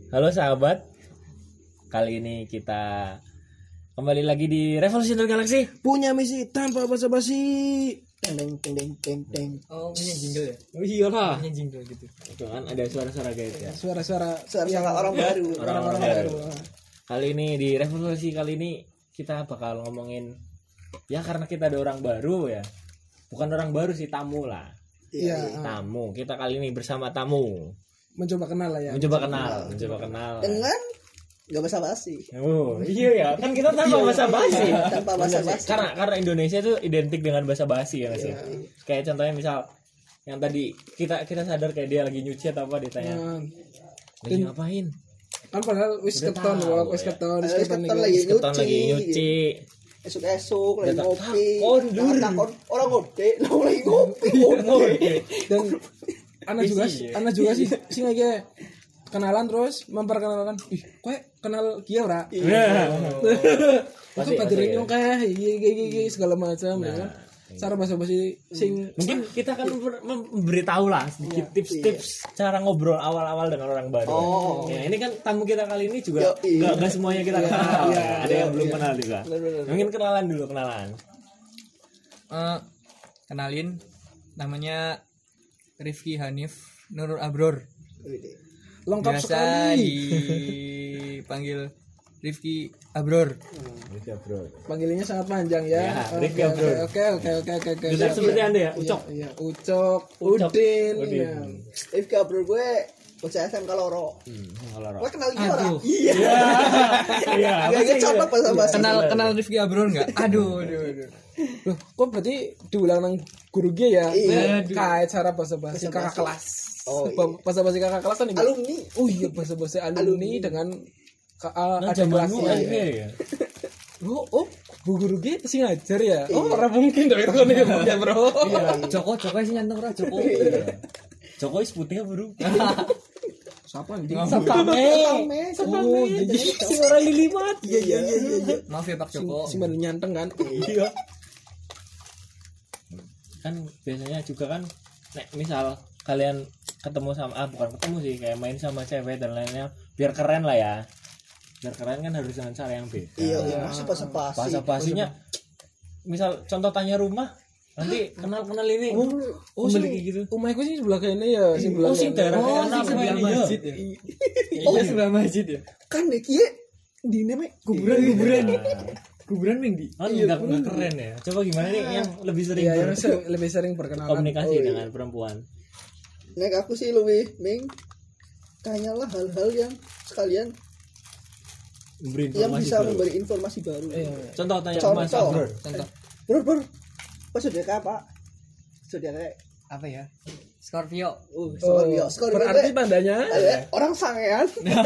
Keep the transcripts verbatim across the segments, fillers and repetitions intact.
Halo sahabat, kali ini kita kembali lagi di Revolutionary Galaxy. Punya misi tanpa basa-basi. Teng teng teng teng teng teng. Oh, punya jingle ya? Oh iyalah. Punya jingle gitu. Itu kan ada suara-suara guys ya. Suara-suara Suara-suara orang baru. Orang-orang baru. Kali ini di Revolusi kali ini kita bakal ngomongin, ya karena kita ada orang baru ya. Bukan orang baru sih, tamu lah. Iya. Tamu. Kita kali ini bersama tamu. Mencoba kenal lah ya. Mencoba kenal, mencoba kenal. Dengan nggak basa-basi. Oh iya ya, kan kita tanpa basa-basi. Tanpa basa-basi. Karena karena Indonesia itu identik dengan basa-basi ya nggak sih. Kayak contohnya misal yang tadi kita kita sadar kayak dia lagi nyuci atau apa ditanya. Nah, Lagi ngapain? kan padahal wis Udah keton tahu, wah, wis ya. keton, wis Wis keton keton iki. lagi. Keton Nyuci. lagi nyuci. Esuk-esuk lagi Datang, ngopi. kondur. Takon orang ngopi, lo lagi ngopi. Dan anak juga Isi, ya. anak juga sih sing lagi kenalan terus memperkenalkan. Ih, kowe kenal dia ora? Nah, Itu badire nyong kae iki iki iki segala macam ya kan. Cara basa-basi sing mungkin kita akan member- memberitahu lah sedikit tips-tips cara ngobrol awal-awal dengan orang baru. Oh. Ya, ini kan tamu kita kali ini juga Yoi. nggak nggak semuanya kita kenal. iya, ya. Ada yang belum iya. kenal juga. Benar-benar. Mungkin kenalan dulu kenalan. Eh, kenalin, namanya Rifki Hanif Nurul Abror. lengkap Biasa sekali. dipanggil Rifki Abror. Rifki Abror. Panggilannya sangat panjang ya. Ya, Oke, Rifki oke, Abror. Oke oke oke oke oke. Benar seperti Anda ya, Ucok. Iya, iya. Ucok, Ucok. Udin. Udin. Ya. Rifki bro gue bocah S M K loro. Hmm, kalau Gue kenal dia orang. Aduh. Iya. Iya, Gak gak contoh basa-basi. Kenal kenal Rifki Abror enggak? Aduh, aduh, aduh. Loh, kok berarti diulang nang guru G ya? Iya. Kayak cara bahasa-bahasi Bahasa-bahasi. kakak kelas. Oh, iya. Ba- Bahasa-bahasi kakak kelas kan Ibu? Alumni. Oh iya, bahasa-bahasi alumni, Alumni. dengan ka- a- nah, ada zamanmu kelasnya. aja ya. Oh, oh, bu guru G sing ngajar ya? Oh, ora mungkin dong itu kan ya, Bro. Iya, Joko Joko sih nyanteng ora Joko. Jokowi putihnya bro. Siapa ini? Same. Oh, jadi Si orang dilipat. Iya iya iya iya. Maaf ya Pak Joko. si baru nyanteng kan? Iya. Kan biasanya juga kan, nek misal kalian ketemu sama ah bukan ketemu sih kayak main sama cewek dan lainnya biar keren lah ya. Biar keren kan harus dengan cara yang beda. Iya iya. Masa basa-basi. Bahasa basinya misal contoh tanya rumah nanti kenal-kenal ini. Oh, oh sing memiliki gitu. Omahku sih sebelah kene ya, sing Oh, sebelah. sing kene. daerah Oh, kayak sing anak sebelah ini, iya. masjid ya. Iya, sebelah masjid ya. Kan deh kiye di ini mek Kuburan kuburan. Kuburan Ming di. Kan enggak enggak keren ya. Coba gimana nih yang lebih sering Iya, yang ber- sering- lebih sering berkenalan. komunikasi Oh, iya. dengan perempuan. Nek aku sih lebih Ming tanyalah hal-hal yang sekalian Memberi yang informasi bisa baru. memberi informasi baru. Iya. Contoh tanya Contoh. Mas Abror. Contoh Bro bro. Pas saudara apa? Saudara. apa ya? Scorpio. Uh, Oh, Scorpio. Scorpio. berarti gue- tandanya Eh, orang sangean.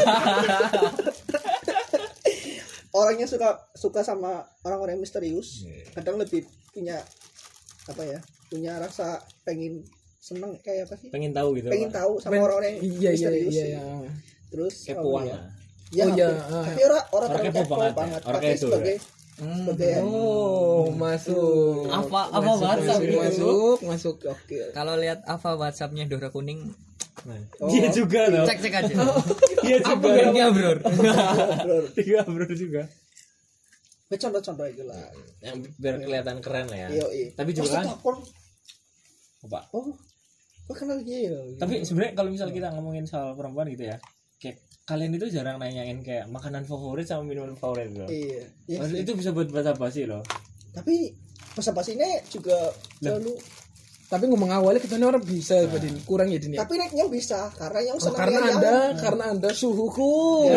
Orangnya suka suka sama orang-orang yang misterius. Kadang lebih punya apa ya? Punya rasa pengen seneng kayak apa sih? Pengen tahu gitu. Pengen Pak. tahu sama orang-orang yang iya iya misterius. iya iya. Terus Kepoan apa ya? lah. Ya, Oh, iya, hampir. ah. Tapi orang orang Orang terlalu kepo kepo banget, banget. ya. Orang Tapi kepo, sebagai Hmm. sebagai Oh, masuk. Apa apa Masuk, WhatsApp masuk, gitu? masuk, masuk. oke. Kalau lihat apa WhatsAppnya Dora Kuning, Nah, Oh. Dia juga loh. cek cek aja. Dia Apa juga. Rifki Abror? Bro, Dia Abror juga. gue contoh-contoh aja lah. Yang biar kelihatan keren lah ya. Iya, iya. Tapi juga kan takut. apa? Oh, gue kenal dia. Tapi sebenarnya kalau misal kita ngomongin soal perempuan gitu ya, kayak kalian itu jarang nanyain kayak makanan favorit sama minuman favorit loh. Iya. Iya Maksudnya sih. itu bisa buat basa-basi loh. Tapi basa-basinya juga selalu. Tapi ngomong awalnya kita orang bisa ya, Badin. Kurang ya Din ya. Tapi neknya bisa karena yang Oh, senang karena yang- Anda, karena Anda suhuku.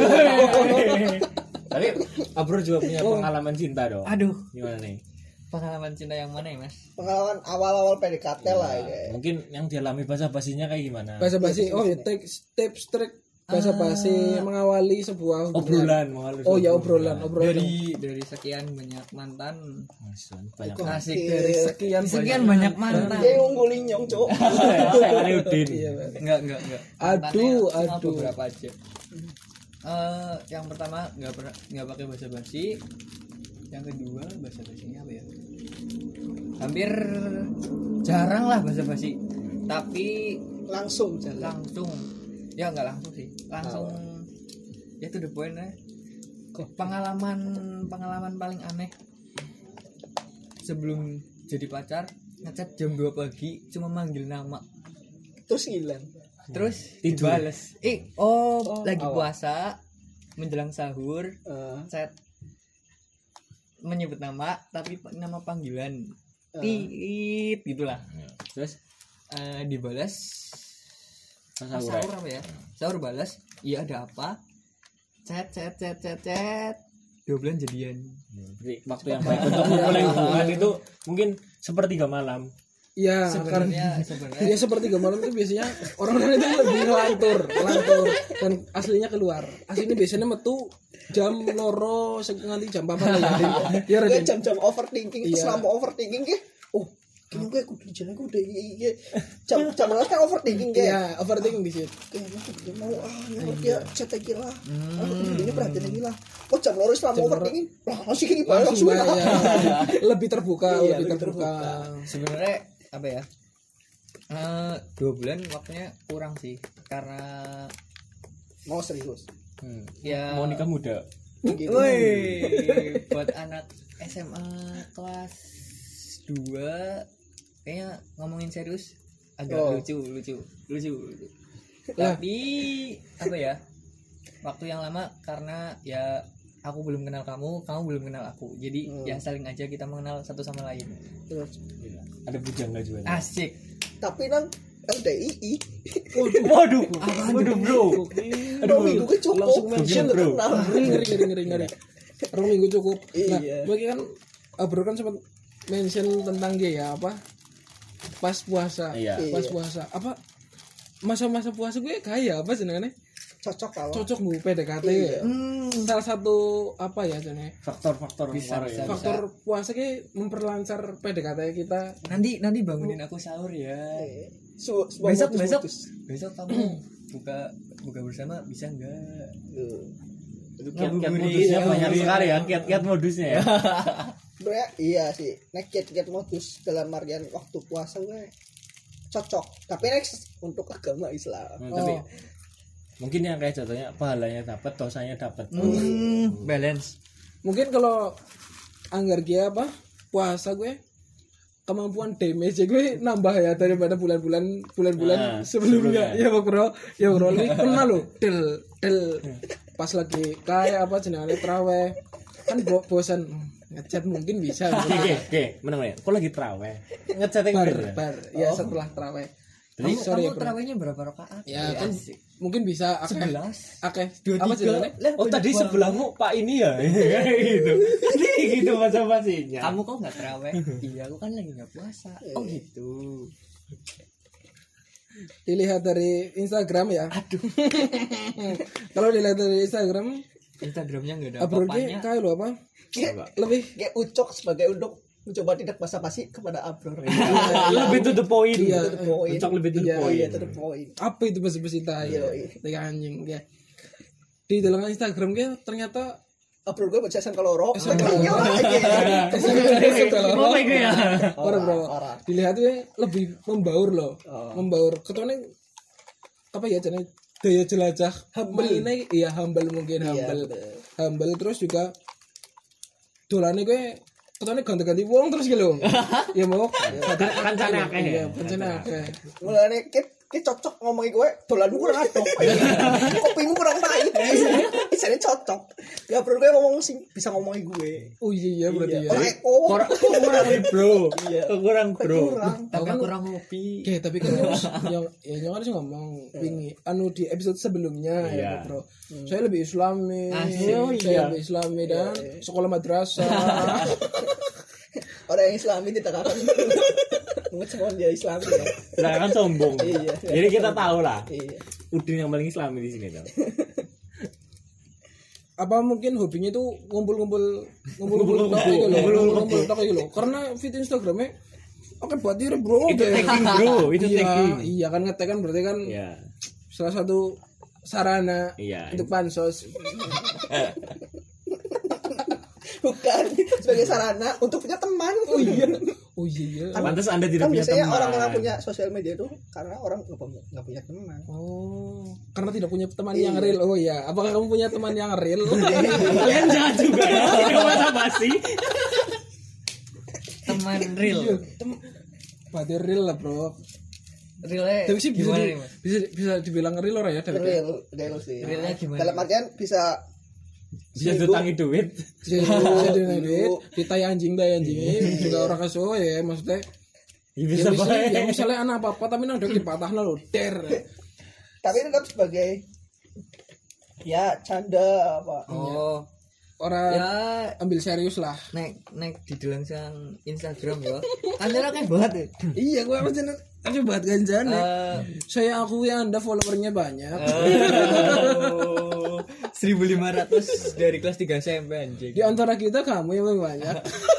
Tapi Abror juga punya pengalaman cinta dong. Aduh, Gimana nih? pengalaman cinta yang mana ya Mas? pengalaman awal-awal P D K T lah Ya, ya. mungkin yang dialami basa-basinya kayak gimana? Bahasa basi. Oh, ya take tips trik bahasa basi mengawali sebuah hubungan. Obrolan, mengalami Oh ya sebuah obrolan, obrolan. Dari dari sekian banyak mantan, Mas, banyak Kok asik iya. Dari sekian sekian banyak mantan. Dia ngunggulin nyong, Cok. saya kali Udin. Iya, Bang. Enggak enggak enggak. Aduh, Mantannya cuma aduh. beberapa aja. Eh, yang pertama nggak pernah nggak pakai bahasa basi. Yang kedua bahasa basinya apa ya? Hampir jarang lah bahasa basi. Tapi Langsung jalan. langsung ya nggak langsung sih langsung ya to the point ya. Pengalaman pengalaman paling aneh sebelum jadi pacar, ngechat jam dua pagi cuma manggil nama. Terus hilang. Terus Tidur. dibales. Eh, oh, Oh, lagi awal. puasa menjelang sahur, Eh, chat menyebut nama tapi pa- nama panggilan. eh, Tit gitulah. Terus Eh dibalas pas sahur, sahur. apa ya? Sahur balas, iya ada apa? Chat chat chat chat chat. Dua bulan jadian. Berarti waktu yang baik untuk memulai hubungan itu mungkin sepertiga malam. Iya, karena Sebenarnya sebenarnya ya sepertiga malam itu biasanya orang-orang itu lebih ngelantur, ngelantur dan aslinya keluar. Aslinya biasanya metu jam loro sek nganti jam empat lah ya. Ya Kayak Raden. jam-jam overthinking, terus Iya. selama overthinking ki, oh, kayaknya gue kudu jalan gue udah iya. Jam jam malas kan overthinking ki. Iya, overthinking di situ. Kayaknya gue mau ah nyamper dia chat lagi lah. Ah, ini perhatian lagi lah. Oh jam loro selama Jam loro. overthinking, lah masih kayak gimana Langsung langsung ya, lebih terbuka, Iya, lebih lebih terbuka. sebenarnya apa ya? Eh dua bulan waktunya kurang sih karena mau serius. Hmm. ya Mau nikah muda. Gitu. woi buat anak S M A kelas dua kayaknya ngomongin serius agak Oh. lucu lucu lucu, lucu. Lah. Tapi apa ya, waktu yang lama karena ya aku belum kenal kamu, kamu belum kenal aku, jadi Hmm. ya saling aja kita mengenal satu sama lain. Terus. Ada bujangga juga. Asik. Tapi nang L D I I. Waduh. Waduh, bro. Aduh, minggu gue cukup. Langsung mention bro. terkenal. Ngeri ngeri ngeri ngeri ngeri. Rong minggu cukup. Nah, Iya. bagi kan Abro kan sempat mention tentang dia ya apa? Pas puasa. Iya. Pas Iya. puasa. Apa masa-masa puasa gue kayak apa jenengane? Cocok kalau. Cocok bu P D K T Iya. ya. Salah satu apa ya jenenge? Faktor-faktor Bisa, luar bisa. ya. Faktor puasa kayak memperlancar P D K T kita. Nanti nanti bangunin aku sahur ya. Eh, su- sebuah Besok modus- besok modus. besok kamu buka buka bersama bisa enggak? Eh, Itu kiat-kiat Ngabuburit, modusnya ya, banyak ngabuburit. sekali ya, kiat-kiat modusnya ya. Sebenarnya iya sih, nek kiat-kiat modus dalam artian waktu puasa gue cocok. Tapi next untuk agama Islam. Hmm, Tapi Oh. mungkin yang kayak contohnya pahalanya dapat, dosanya dapat. Hmm, balance. Mungkin kalau anggar dia apa puasa gue kemampuan damage gue nambah ya daripada bulan-bulan bulan-bulan Nah, sebelumnya. sebelumnya. Ya bro, ya bro, ini pernah lo del del pas lagi kayak apa jenenge traweh kan bo bosan ngechat mungkin bisa Oke, oke, mana mana. Kok lagi traweh? Ngechatting bar gitu ya? bar ya setelah traweh. Kamu, Jadi sorry ya kamu bro. terawihnya berapa rakaat? Ya kan asik. mungkin bisa akeh Sebelas. akeh Dua apa tiga. jenenge? Lah, Oh banyak tadi banget. sebelahmu Pak ini ya? Kayak gitu. Tadi gitu masa basinya. Kamu kok nggak terawih? Iya, aku kan lagi nggak puasa. Oh gitu. Dilihat dari Instagram ya. Aduh. Kalau dilihat dari Instagram Instagramnya nggak ada uploadnya apa-apanya. kayak lo apa? Kayak, Lebih kayak ucok sebagai untuk mencoba tidak basa-basi kepada Abror. Lebih to the point. Iya. To the point. Ucok lebih to the Iya, point. Iya, to the point. apa itu bahasa basi tai Iya, tai anjing ya di dalam Instagram dia ternyata Abror gue baca S M K loro. S M K Iya, loro. iya. Apa itu ya? orang bro Ora. dilihat dia lebih membaur loh Oh. membaur ketuanya apa ya jadi daya jelajah Humble. ini iya humble mungkin Iya, humble bener. humble terus juga dolane gue ketuanya ganti-ganti wong terus gitu ya mau Kancane akeh ya? iya kancane akeh Mulane kit kit cocok ngomongi gue dolan kurang adok. Kopimu kurang pahit. Isane cocok. Ya Abror gue ngomong sing bisa ngomongi gue. oh iya iya berarti ya Ora eko. Kurang kurang nih, bro. Iya. Kurang bro. Kurang. Tapi kan- kurang ngopi. Oke, tapi kan yang yang yang harus ngomong wingi anu di episode sebelumnya Iya. ya, Bro. Saya lebih Islami. Asik. Oh, Saya iya. lebih Islami dan sekolah madrasah. Orang yang Islami tidak akan ngecengon dia Islami ya. Tidak akan sombong. Iya. Jadi kita tahu lah. Iya. Udin yang paling Islami di sini tuh. Apa mungkin hobinya itu ngumpul-ngumpul ngumpul-ngumpul Ngumpul-ngumpul tok itu loh. ngumpul-ngumpul Ngumpul tok itu loh. Karena fit Instagramnya oke buat diri, Bro. Itu tagging, bro. Itu Iya, tagging. iya kan ngetek kan berarti kan Iya. salah satu sarana Iya. untuk pansos. bukan sebagai sarana untuk punya teman. Oh iya. Oh iya. iya. Kan- Pantas Anda tidak Kan punya biasanya teman. orang-orang punya sosial media itu karena orang nggak punya nggak punya teman. Oh, karena tidak punya teman Iya. yang real. Oh ya, apakah kamu punya teman yang real? Kalian jahat juga ya. Ini masa basi. Teman real. Iya, tem- berarti real lah, Bro. Realnya Tapi sih bisa gimana di- nih, Mas? bisa bisa dibilang real orang ya, David. Real, real sih. Realnya gimana? Dalam artian bisa Bisa seminggu- ditangi duit. Jadi jadi duit, ditai anjing dai anjing juga orang kesuwe ya maksudnya. Ya Ya, bisa misalnya, bae. ya misalnya anak apa-apa tapi nang udah dipatahna lho, der. tapi tetap sebagai ya canda apa. Oh, Orang ya ambil serius lah. nek nek didelang sang Instagram ya. Kan cara kayak banget ya. Iya, gua harus aja buat ganjan. Eh, Saya akui Anda followernya banyak. oh, seribu lima ratus dari kelas tiga S M P anjing. Di antara kita kamu yang paling banyak.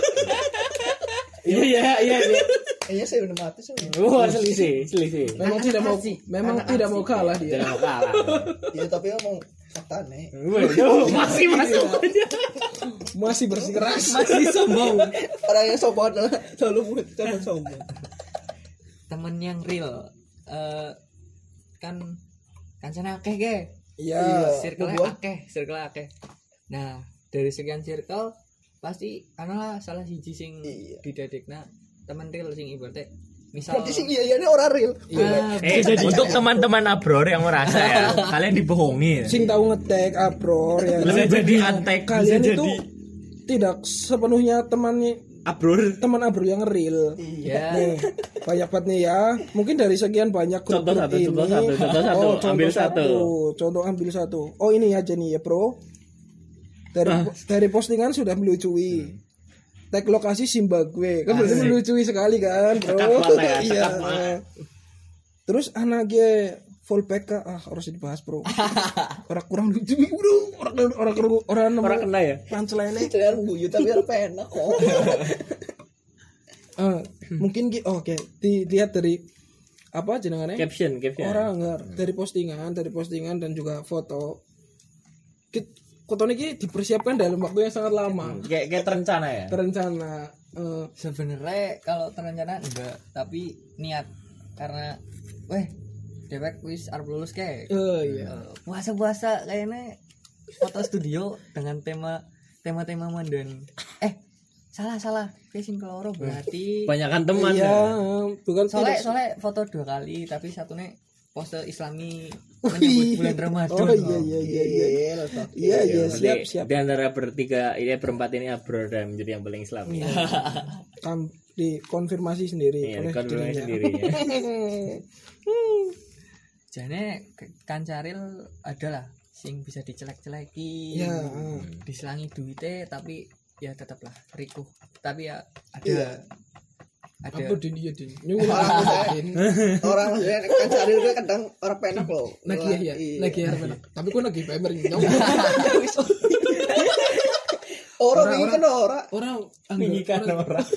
Iya iya iya. iya. Kayaknya saya udah mati sih. Wah, selisih, selisih. Memang tidak mau memang tidak mau kalah dia. Jangan mau kalah. Iya tapi ngomong fakta nih. Waduh, masih masuk. Masih bersikeras. Masih sombong. Orang yang sombong adalah selalu mengucapkan sombong. Temen yang real eh kan kancana akeh ge. Iya. Circle gua- akeh, circle akeh. Nah, dari sekian circle pasti ana salah siji sing Iya. didadekna temen real sing ibaratnya misal Berarti sih iya iya ini orang real. Ah, Eh, untuk teman-teman Abror yang merasa ya, kalian dibohongin. Sing tahu ngetek Abror yang Bisa jadi antek, bisa kalian itu jadi tidak sepenuhnya temannya Abror. teman Abror yang real. ya Nih, banyak banget nih ya. Mungkin dari sekian banyak grup Contoh grup satu, ini. contoh satu, contoh satu. Oh, contoh Ambil satu. Contoh ambil satu. Oh, ini aja nih ya, Bro. Dari Ah. dari postingan sudah melucui. Tag lokasi Zimbabwe. Kan berarti Asik. melucui sekali kan, Bro. Cakap mata ya, Iya. cakap mata. Terus anaknya full P K ah harus dibahas, Bro. Orang kurang lucu, Bro. Orang orang orang orang Orang kena ya? punchline Jangan guyu tapi apa enak kok. Eh, mungkin ki- oh, oke dilihat dari apa jenengannya Caption, caption. orang enggak dari postingan dari postingan dan juga foto Ki- foto ini dipersiapkan dalam waktu yang sangat lama Kayak kayak terencana ya. terencana eh, sebenarnya kalau terencana enggak, tapi niat karena weh dewek wis arep lulus kayak eh, iya puasa-puasa kayaknya foto studio dengan tema tema-tema mandan. Eh, salah salah. Casing keloro berarti Banyakan teman iya ya. bukan soalnya tidak- soalnya foto dua kali tapi satunya pose islami Oh, menyambut iya. bulan Ramadan. oh iya iya iya iya iya iya siap Berarti siap Di antara bertiga, ini berempat ini Abror dan menjadi yang paling Islam. Ya. Kam dikonfirmasi sendiri Iya, oleh konfirmasi dirinya. sendiri ya. Jane ke- kancaril adalah sing bisa dicelek-celeki. Iya, Diselangi duitnya tapi ya tetaplah rikuh. Tapi ya ada Iya. ada apa din iya din nyuwun Orang aku, maksudnya- Din. Orang maksudnya kan cari itu kadang orang penak loh. Lagi ya, ya. Iya. Lagi ya, bener. Tapi kok lagi pamer nyong. Orang Orang- ini kan orang. Orang Mengikat orang.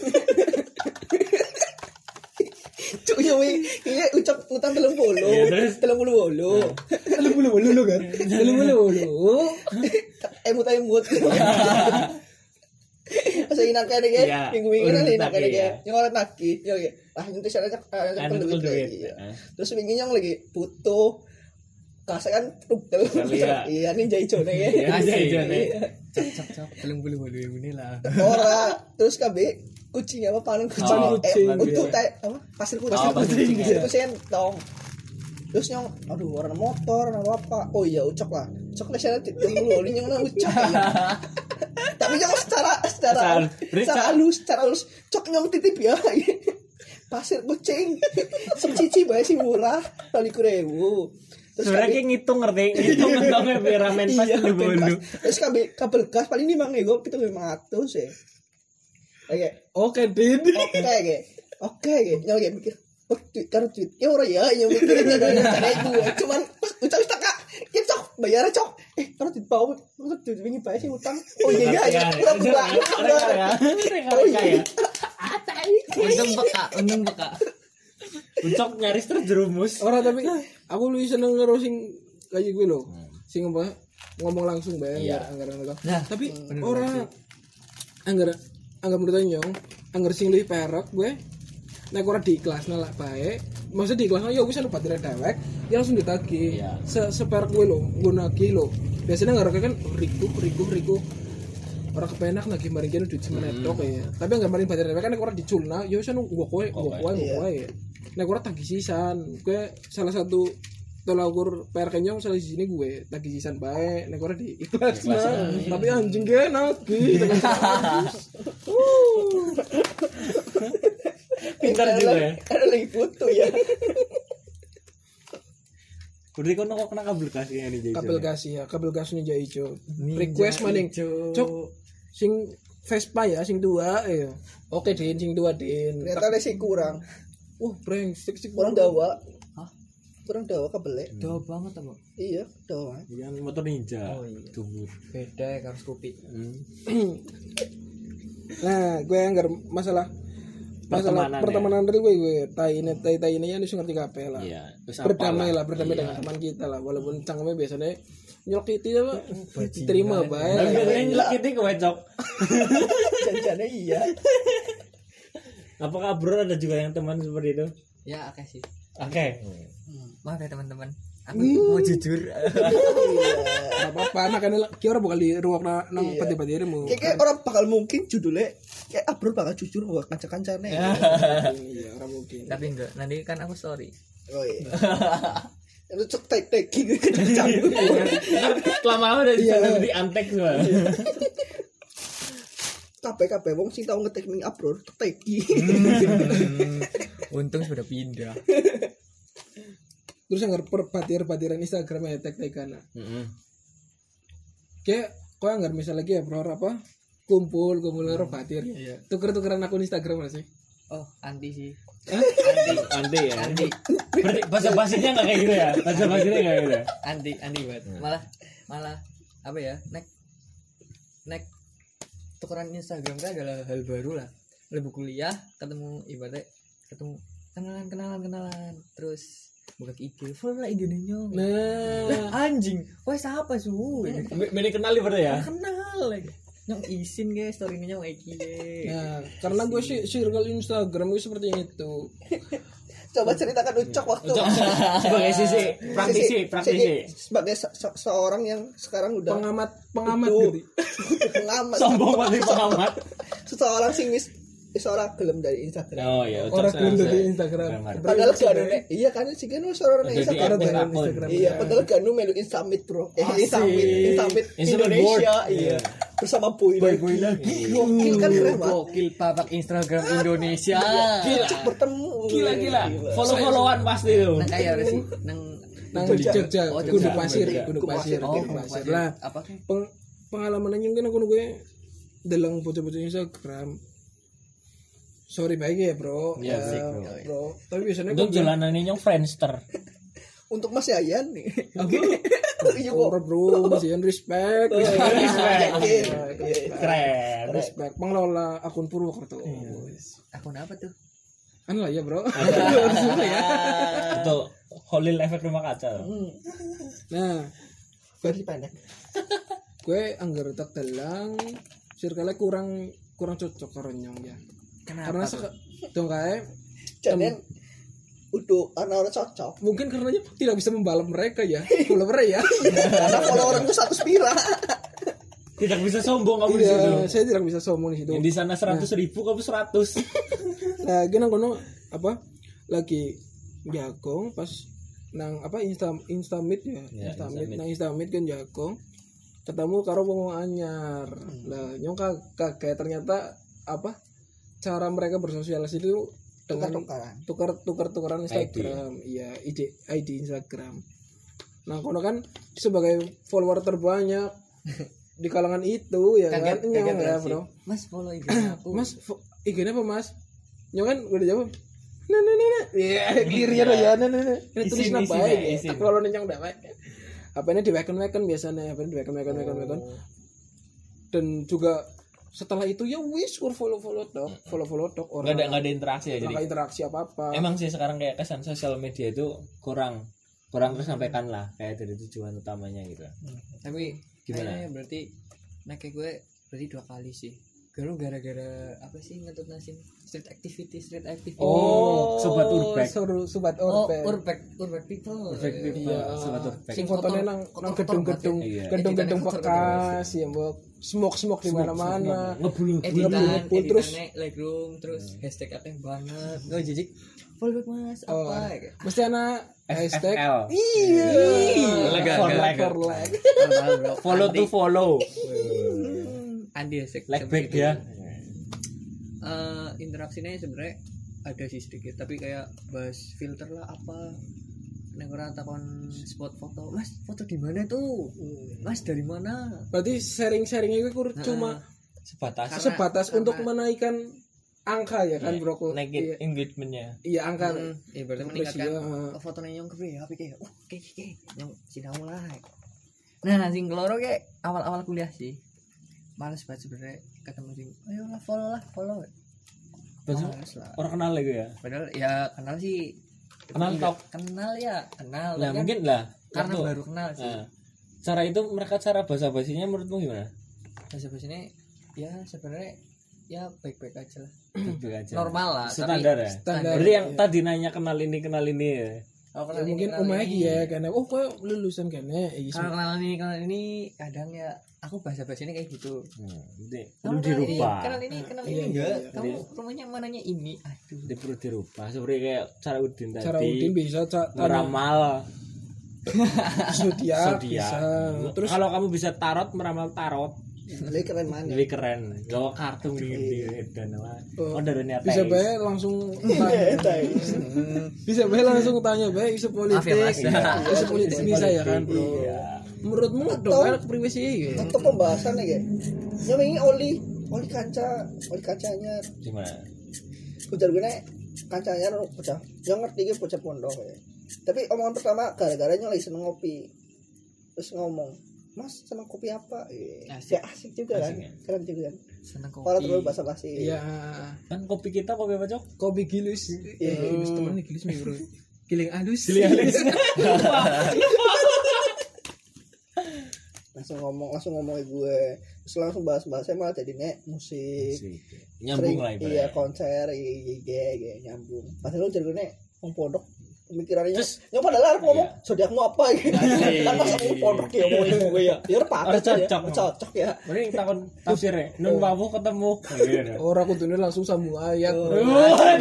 Cuk ya wi, iya ucap utang telung puluh, Iya, terus? telung puluh bolu. Lu bulu bulu lu kan. Lu bulu bulu. Emut emut. Masa inak kene ge, Iya, minggu-minggu urut kan inak kene lagi ge. ya. Nyong ora naki, yo ge. Ah nyuntik sana cak Kan betul duit. Iya. Heeh. Terus wingi nyong lagi butuh kasih kan tugel. Iya. Iya ninja ijone ge. Iya, ninja ijone. Iya. cok cok cok belum belum belum ini lah. Ora, terus kabe kucing apa panen kucing. Oh, eh, kucing. untuk tai apa? Pasir kucing. Oh, pasir kucing, Pasir ya. kucing tong. Terus nyong, aduh warna motor, warna apa? Oh iya ucok lah. Ucok lah saya tidak dulu, ini nyong ucok. Ya. Tapi nyong secara secara Secara- secara halus, secara halus, cok nyong titip ya. Pasir kucing, secici bae sih murah, tali kurewu. Terus Sebenarnya kami- kayak ngitung ngerti, ngitung ngentongnya biar ramen pas iya, di bolu. bebas. Terus kami kabel gas paling lima nego kita lima ratus ya. Oke, Oke, Din. oke oke, oke oke, nyong kayak mikir, oh duit karo duit, ya ora ya, yang mikirin dari cara itu, cuman pas ucap tak kita cok bayar cok, eh karo duit bau, maksud duit wingi bae sih utang, oh iya iya iya, pura pura, oh iya, Untung peka, untung peka. Ucok nyaris terjerumus. Orang tapi aku lebih seneng ngero sing kayak gue loh. Sing apa? Ngomong langsung bae Iya. anggaran itu. Nah, Tapi bener orang anggar anggar menurut nyong anggar sing luwih perek gue nek ora di kelas nolak baik maksudnya di kelas ya wis anu batire dewek ya langsung ditagih Iya. se seperek gue lho gue nagih lho biasanya nggak kan riku riku riku orang kepenak nagih maring kene duit semenet tok ya tapi anggar maring batire dewek kan nek ora diculna ya wis anu gua kowe gua kowe gua kowe nek ora tagih sisan gue salah satu tolak ukur P R kenyong salah di sini gue tagih sisan bae nek ora di ikhlas nah. Tapi anjing ge nagih Pintar juga ya. Ada lagi foto ya. Berarti kau nongok kena kabel kasih ini jadi. kabel gas ya kabel gas ninja ijo request maning cok sing Vespa ya sing dua ya oke din sing dua din Ternyata ada sih kurang. wah brengsek sih Kurang dawa. Hah? Kurang dawa kabelnya. Jauh banget apa? Iya, dawa. Yang motor ninja. Oh, iya. Dumbur. Beda ya karo Scoopy. Hmm. nah gue yang masalah masalah Pertemanan pertemanan real gue gue tai ini tai tai ini ya harus ngerti kape lah Iya. Terus berdamai apalah. lah berdamai Iya. dengan teman kita lah walaupun cangkemnya biasanya nyelkiti apa diterima Tapi baik biasanya nyelak kita kewecok. Janjane iya. Apakah bro ada juga yang teman seperti itu? Ya oke sih. Oke. Maaf ya teman-teman. Aku mau jujur. nggak apa-apa nah kan kira bakal di ruang na- nang Iya. pati-pati mu Kayak kayak orang bakal mungkin judulnya kayak Abrul bakal jujur buat kanca-kancane. iya orang mungkin Tapi enggak, nanti kan aku story. Oh iya. Itu cek tek tek gitu kecanggung. Lama-lama udah bisa di antek semua. Kabeh kabeh wong sing tau ngetek ning Abrul tek teki. Untung sudah pindah. terus yang ngerper batir-batiran Instagram ya tek-tekan Heeh. kayak kau yang nggak misal lagi ya bro apa kumpul kumpul karo batir Iya. tuker-tukeran akun Instagram nggak sih Oh, anti sih. Anti, anti ya. Anti. Berarti bahasa basinya nggak kayak gitu ya? Bahasa basinya nggak gitu. Ya? Anti, anti banget. Malah malah apa ya? Nek nek tukeran Instagram kan adalah hal baru lah. Lebih kuliah, ketemu ibaratnya ketemu kenalan kenalan kenalan terus buka I G, follow lah I G-nya nyong. nah Lah anjing, wah siapa su? Meni kenal berarti ya? Kenal lagi. Nyong isin guys, story-nya nyong iki. nah karena gue sih circle Instagram gue seperti itu Coba ceritakan Ucok waktu Sebagai sisi praktisi, Sisi- praktisi. sisi- sebagai se- se- seorang yang sekarang udah pengamat pengamat Itu. gitu pengamat Sombong banget pengamat. seseorang sing wis seorang gelem dari Instagram. Oh iya, orang belum dari Instagram Padahal gak ada nek. Iya kan sih kan seorang Jadi Instagram. aktif dari akun. Instagram. Iya, padahal gak nu melu Instamit, Bro. Eh, Asik. Instamit, Instamit Instamit Indonesia, board. iya. Iya. Bersama Boy lagi. Gokil kan keren banget. Gokil babak Instagram Indonesia. Ucok bertemu. Gila-gila. Follow-followan pasti itu. Nang kayak apa sih? Nang nang Jogja. Jogja Oh, Jogja. Gunung Pasir Jogja. Gunung Gunung Pasir Pasir. oh, Gunung Pasir pasir. lah Apa sih? Peng- pengalaman aja mungkin aku gue dalam bocah-bocah Instagram sorry baik ya bro Iya, Ya, sih, bro. bro tapi biasanya Itu kok jalanan ini nyong Friendster. Untuk Mas Yayan nih. Iya kok. orang bro masih yang respect Respect. Iya. Keren. respect pengelola akun Purwokerto Akun apa tuh? kan lah ya bro Itu Holil efek rumah kaca. Hmm. nah Versi pendek. gue anggar tak telang circle kurang kurang cocok karo nyong ya Kenapa? karena tuh? sek dong kayak Jadi udah anak-anak cocok. mungkin karena tidak bisa membalap mereka ya follower ya Karena followerku satu spira. Tidak bisa sombong kamu di situ. iya saya tidak bisa sombong di situ Yang di sana seratus ribu kamu seratus. nah gini kono apa lagi jagong pas nang apa insta instamit ya, Ya, instamit Instamit. nang instamit kan jagong ketemu karo wong anyar lah nyong ka- kaget ternyata apa cara mereka bersosialisasi itu dengan Tukar-tukaran. tukar tukar tukaran Instagram iya I D I D Instagram nah kono kan sebagai follower terbanyak di kalangan itu ya Kaget, kan nyong kaget ya sih. bro Mas follow I G-nya aku. Mas, fo- I G-nya apa mas? Nyong kan udah jawab. Nah, nah, nah, nah. Iya, kirinya lah ya, nah, nah, nah. Ini tulis Isin, apa isin, ya? isin. Tapi kalau nyong udah baik. Apa ini di weken-weken biasanya? Apa ini di weken-weken, weken-weken. Dan juga setelah itu ya wis kur follow-follow tok, follow-follow tok Enggak ada orang. enggak ada interaksi ya Nggak jadi. ada interaksi apa-apa. Emang sih sekarang kayak kesan sosial media itu kurang kurang tersampaikan lah kayak dari tujuan utamanya gitu. Tapi Gimana? kayaknya berarti nah kayak gue berarti dua kali sih Galuh gara-gara apa sih ngetut nasin street activity street activity. Oh, sobat urbek. Suruh sobat Oh, urbek. urbek urbek people. Urbek people. Iya, Sobat urbek. sing fotonya nang nang gedung-gedung Iya. gedung-gedung Editannya bekas ya mbok smoke-smoke di mana-mana. Ngebulu. Editan, Ngebul, terus- editannya legroom, terus hashtag akeh banget. Nggak jijik. Fallback mas, Oh, apa ya? mesti ana hashtag F F L. iya Lega, For lega. like. for like. Follow to follow. Andi hashtag. Like back seperti dia. itu. Eh, interaksinya sebenarnya ada sih sedikit, tapi kayak bahas filter lah apa. Neng orang takon spot foto, mas foto di mana tuh? Mas dari mana? Berarti sharing-sharingnya itu cuma Sebatas Karena- sebatas karena- untuk menaikkan angka ya kan Iya, bro. naikin Iya, engagementnya. iya angka. Hmm, iya berarti meningkatkan Iya. oh, fotonya nyong kebe ya, kayak oh oke oke nyong sinau lah. Nah, sing keloro kayak awal-awal kuliah sih. Males banget sebenarnya ketemu sing, ayo lah follow lah follow. Terus Males lah. orang kenal lagi ya. Padahal ya kenal sih. Kenal Enggak, tok. Kenal ya, kenal. Lah tapi kan mungkin lah karena waktu- baru kenal sih. Nah, cara itu mereka cara basa-basinya menurutmu gimana? Bahasa bahasanya ya sebenarnya ya baik-baik aja lah. Baik-baik aja. Normal lah. Standar tapi- ya. Standar. Berarti yang Iya. tadi nanya kenal ini kenal ini ya. Oh, Ya, kenal ini, mungkin kenal omah ini. iki ya karena oh kok lulusan kene iki Kalau kenal ini kenal ini kadang ya aku bahasa bahasanya kayak gitu. Hmm, nanti Kamu perlu kenal ini, dirubah. kenal ini, kenal Iya, ini iya, enggak? iya. Kamu rumahnya mananya ini? Aduh. Nanti perlu dirubah. Seperti kayak cara Udin tadi. cara Udin bisa ca- tanya meramal zodiak zodiak. bisa. Terus Kalau kamu bisa tarot meramal tarot, Lebih keren mana? lebih keren. Gawa kartu di di dan apa? Oh, dari niat. bisa bae langsung tanya. Bisa bae langsung tanya bae isu politik. Maaf ya, Mas. Isu politik bisa ya kan, Bro. Iya. Menurutmu dong kan privasi ya? Atau pembahasan ya? Yang ini oli, oli kaca, oli kacanya. Gimana? Ujar gue nih kancanya nu bocah. Yang ngerti gue bocah pondok ya. Tapi omongan pertama gara-garanya lagi seneng ngopi. Terus ngomong, Mas seneng kopi apa? Eh, Asik. ya asik juga kan, Asik ya. keren juga kan. Seneng kopi. Kalau terlalu basa-basi. Iya, Kan kopi kita kopi apa, Cok? kopi gilus. Iya. Eh, gilus temen nih gilus nih, Bro. Giling halus. Langsung ngomong, langsung ngomong ke gue. Terus langsung bahas-bahasnya malah jadinya musik. Nyambung Sering- lah Iya, ibaratnya. konser, iya, iya, iya, iya, nyambung. Padahal jadi gue ngomong pondok. Pemikirannya Terus- nyok padahal harus ngomong Iya. zodiakmu apa gitu. Kan pas aku pondok ya ngomongin gue ya. Ya Harus patut ya. cocok. Cocok ya. Mending takon tafsir ya. Nun wawu ketemu. Iya. Orang kudune langsung sambung ayat. Oh. Bro.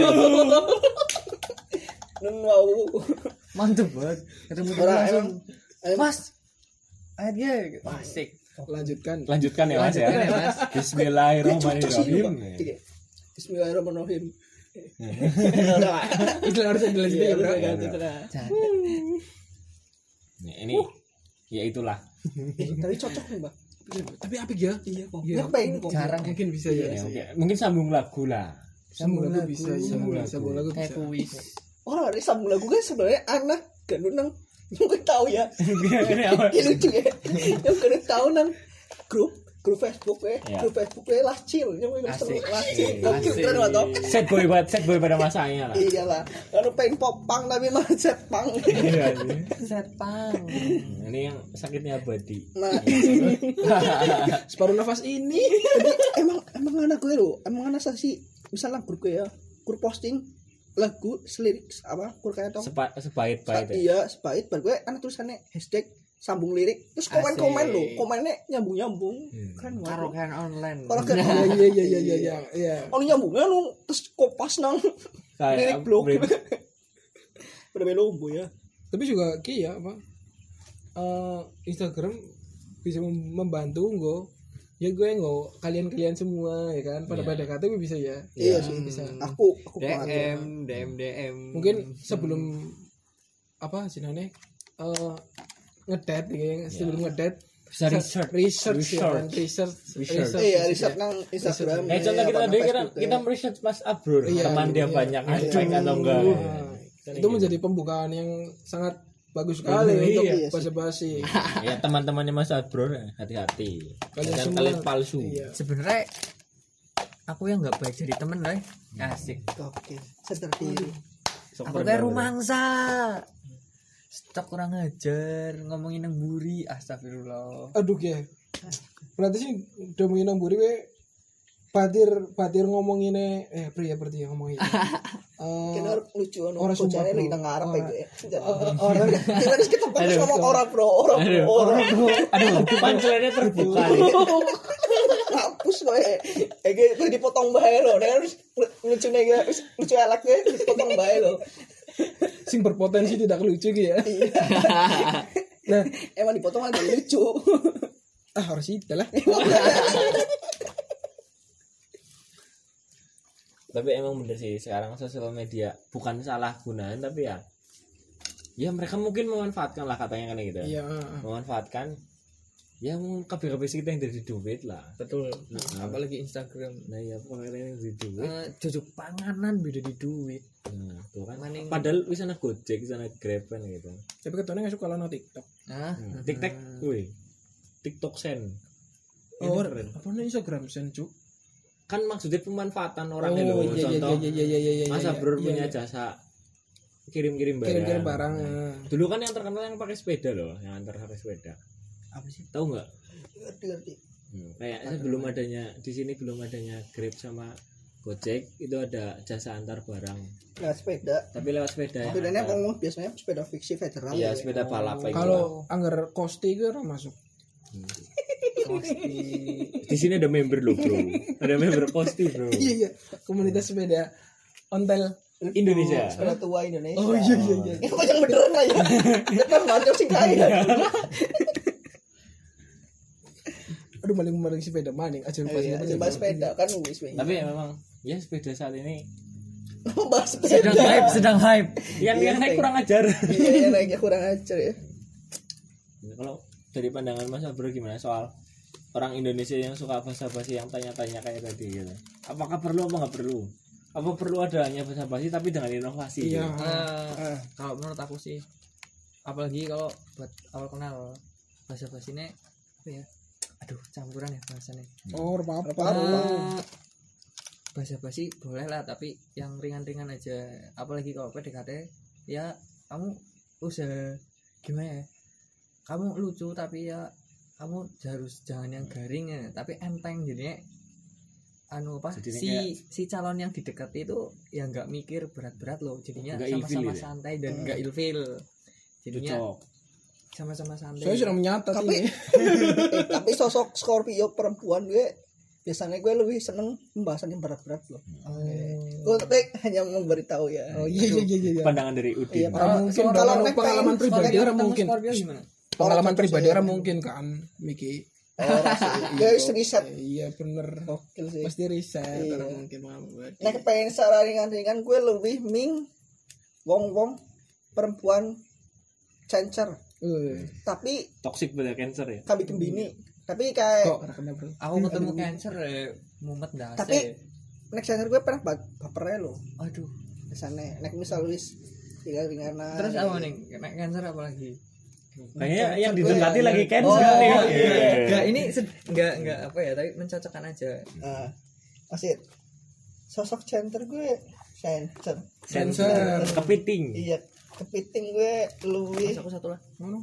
Nun wow. Mantep banget. Ketemu temen Orang langsung. emang emang- Mas. Ayatnya asik. Lanjutkan. Lanjutkan ya, Mas ya. Lanjutkan ya, Mas. Bismillahirrahmanirrahim. Iya. Bismillahirrahmanirrahim. Itu harusnya dilanjutin ya, Bro. Iya, Gitu lah. Nah, ini ya itulah. Eh, Tapi cocok nih, Mbak. Tapi apa ya? Iya, kok. Iya. Ya pengen kok. Jarang Mungkin bisa ya. Ya, oke. Mungkin sambung lagu lah. Sambung lagu lagu. bisa. Sambung lagu. Sambung lagu kayak bisa. kuis. Oh, dari sambung lagu kan sebenarnya anak gandul nang gue tahu ya. Ini apa? Ini lucu ya. Yang gue tahu nang grup grup Facebook ya. Iya. Grup Facebook ya lacil. Yang gue seru Asik. lacil. Asik. Oke, keren banget toh. Set boy banget, set boy pada masanya lah. Iya lah. Kalau pengen pop punk tapi malah set punk. Iya sih. Setpang. Ini yang sakitnya abadi. Nah, Separuh nafas ini. tapi emang emang anak gue lo, emang anak sih misalnya grup gue ya, grup posting lagu selirik apa kur kayak tong Sepa, sebait-bait ya. iya sebait bar gue anak tulisannya hashtag sambung lirik terus komen komen Asik. lo komennya nyambung nyambung Hmm. kan Karaokean online. kalau kan Iya iya iya iya iya iya. Iya. kalau nyambungnya lo terus kopas nang lirik blog pada melombo ya Tapi juga ki ya apa? eh, Instagram bisa mem- membantu nggo. Ya gue nggo kalian-kalian semua ya kan pada Iya. pada kata bisa ya. iya Ya, sih bisa. aku aku D banget ya. M, D M, D M. Mungkin sebelum apa jenenge eh ngedet ya, sebelum ngedet Bisa research. research ya kan, Research. research Research. iya ya. riset nang Instagram Eh contoh kita apa, tadi kita Facebook, kita ya. research Mas Abrur, Iya, teman dia iya. banyak Iya. ngecek atau enggak. Nah, itu menjadi pembukaan yang sangat bagus sekali Iya untuk sih. basa-basi. Ya teman-temannya Mas Abrur hati-hati. Kalian Jangan semua- kalian palsu. Iya. Sebenarnya aku yang nggak baik jadi temen lah. Asik. oke sadar diri Sok Aku bergaul. kayak rumangsa. Stok kurang ajar ngomongin nang buri. Astagfirullah. Aduh ya. Berarti sih udah mau nang buri we Batir Batir ngomonginnya eh pria berarti yang ngomongin. Eh Kena lucu anu Orang sumpah, bocahnya bro. lagi nang ngarep Orang- itu ya. orang Kita harus kita pas ngomong orang bro, orang bro, orang Aduh, punchline-nya terbuka nih. hapus kowe. Ege itu dipotong bae lho. Nek harus lucu nih guys. Lucu elaknya dipotong bae lho. sing berpotensi tidak lucu gitu ya. Iya. Nah, Emang dipotong aja lucu. ah harus itu lah. Tapi emang bener sih sekarang sosial media bukan salah gunaan tapi ya ya mereka mungkin memanfaatkan lah katanya kan gitu. Iya. Memanfaatkan ya kabeh-kabeh kita yang dari duit lah. Betul. Nah, Apalagi Instagram. Nah ya pokoknya yang dari duit. Eh, jujuk panganan beda di duit. Nah, tuh kan. Maning- Padahal bisa sana Gojek, bisa sana Grab kan gitu. Tapi ketone nggak suka lo TikTok. Nah, Hmm. TikTok, woi. TikTok sen. Oh, Ini keren. apa nih Instagram sen cu? Kan maksudnya pemanfaatan orang Oh, itu loh. iya, iya, Contoh iya, iya, iya, iya, iya, masa iya, bro iya, punya iya. jasa kirim-kirim barang. Kirim-kirim barang. eh. Dulu kan yang terkenal yang pakai sepeda loh, yang antar pakai sepeda. apa sih? Tahu nggak? Ngerti ngerti. Hmm, kayak sebelum adanya di sini belum adanya Grab sama Gojek itu ada jasa antar barang. Nah, sepeda. Tapi lewat sepeda. yang Sepedanya antar. ngomong biasanya sepeda fiksi federal. Iya, ya. sepeda balap kayak gitu. Kalau anggar kosti itu orang masuk. Di sini ada member loh, Bro. Ada member Kosti, Bro. Iya iya. Komunitas sepeda ontel. Indonesia. Sepeda tua Indonesia. Oh iya iya iya. Ini kok yang beneran lah ya. Bener macam sih kaya. Aduh maling maling sepeda maning aja lupa Iya, sih. bahas sepeda kan wis wis. Tapi ya memang ya sepeda saat ini bahas Sedang sepeda. hype, sedang hype. yang Iya, yang naik Teng. kurang ajar. Iya, yang naiknya kurang ajar ya. Kalau dari pandangan Mas Bro gimana soal orang Indonesia yang suka basa-basi yang tanya-tanya kayak tadi gitu. Apakah perlu apa nggak perlu? Apa perlu adanya basa-basi tapi dengan inovasi? Iya. gitu? Eh, kalau menurut aku sih, apalagi kalau buat awal kenal bahasa basinya apa ya? Aduh, campuran ya bahasanya. Oh apa apa. Eh, bahasa basi boleh lah, tapi yang ringan-ringan aja. Apalagi kalau P D K T, ya kamu usah gimana ya? Kamu lucu tapi ya kamu harus jangan yang garing ya, tapi enteng jadinya. Anu apa Jadinya si kayak- si calon yang didekati itu ya nggak mikir berat-berat loh, jadinya Nggak ilfil sama-sama gitu ya? santai dan nggak ilfil, jadinya Cocok. sama-sama santai. Saya sudah menyatat Tapi ini. eh, tapi sosok Scorpio perempuan gue biasanya gue lebih seneng pembahasan yang berat-berat loh. Oh. Gue tapi hanya memberitahu ya. Oh iya iya iya iya. Pandangan dari Udin. Iya, Orang mungkin Kalau kalau Nek pengalaman pengen pribadi Scorpio orang ketemu mungkin. Scorpio gimana? Pengalaman Orang pribadi cocok orang sih. mungkin kan Miki. Orang sih. Guys riset. Iya bener. Gokil sih. Pasti riset Iya. orang mungkin pengalaman pribadi. Nek pengen secara ringan-ringan gue lebih ming wong-wong perempuan cencer Eh, tapi Toxic pada cancer ya. kami kembini tapi kayak kok karena kena bro. Aku ketemu cancer ya, mumet dah. Tapi- nek cencer gue pernah bak bapernya loh aduh. kesana nek misal wis ringan-ringanan Terus apa nih? Kena cancer apa lagi? Kayaknya yang Cancer gue didekati ya, lagi ya. cancer Oh, nih. iya. Iya. Enggak, ini sed- enggak enggak apa ya, tapi mencocokkan aja. Nah, masih sosok center gue center Cancer. Kepiting. iya kepiting gue lebih Mas, aku satu lah.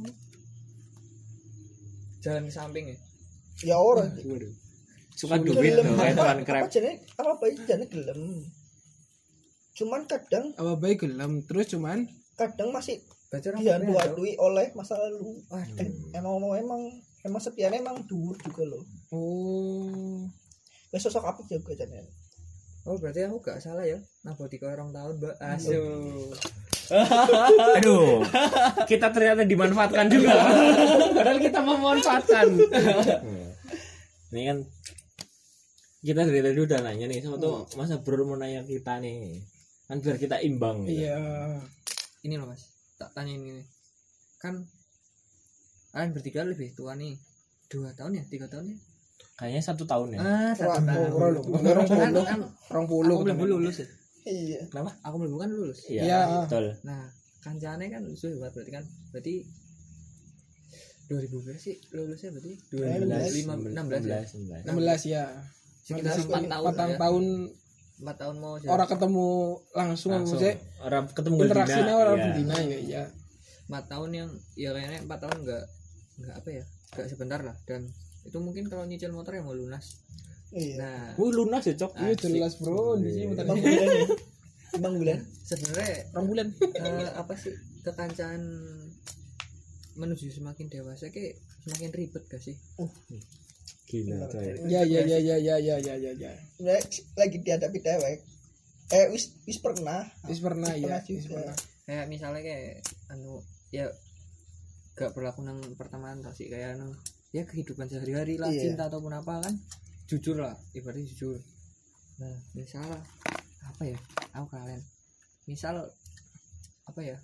Jalan ke samping ya. ya orang Waduh. Suka duit loh kayak tuan apa crab. jenis apa baik jenis gelem cuman kadang Apa baik gelem terus cuman kadang masih Baca orang dia Korea, Cok. dua oleh masa lalu Waduh. eh, emang emang emang emang sepiannya emang dhuwur juga loh oh gue sosok apa juga jadi Oh, berarti aku gak salah ya. Naboti ke orang tahun, Mbak. Asyik. Aduh. Kita ternyata dimanfaatkan juga. Padahal kita memanfaatkan. Ini kan kita dari tadi udah nanya nih, sama tuh masa bro mau nanya kita nih. Kan biar kita imbang gitu. iya. Ini loh, Mas. Tak tanya ini nih. Kan kalian bertiga lebih tua nih. Dua tahun ya? Tiga tahun ya? Kayaknya satu tahun ya. Ah, satu Wah, tahun. Ora lho. Orang Kan, puluh. kan, Orang puluh. aku belum lulus ya. iya Kenapa? Aku belum kan lulus. Iya, Iya. betul. Nah, kancane kan sudah buat berarti kan berarti dua ribu berapa sih lulusnya berarti dua ribu lima belas enam belas ya. enam belas ya. Sekitar Masih empat tahun empat lah ya. tahun empat tahun mau orang ketemu langsung, Langsung. maksudnya Orang ketemu interaksinya Galdina, orang iya. betina ya iya. empat tahun yang ya kayaknya empat tahun enggak enggak apa ya enggak sebentar lah, dan itu mungkin kalau nyicil motor yang mau lunas Iya. Nah, Wuh lunas ya cok. Iya jelas bro di sini Bang bulan ya. Bang bulan. sebenarnya orang bulan eh, apa sih kekancaan menuju semakin dewasa kayak semakin ribet gak sih? Gila coy. ya ya ya ya ya ya ya ya ya Sebenarnya lagi dihadapi dewek. Eh wis wis pernah. wis pernah ya Pernah wis juga. pernah Kayak misalnya kayak anu ya gak berlaku nang pertemanan tau sih kayak nang ya kehidupan sehari-hari lah, Iya. cinta ataupun apa kan jujur lah, ibaratnya jujur. Nah misalnya apa ya, aku kalian misal apa ya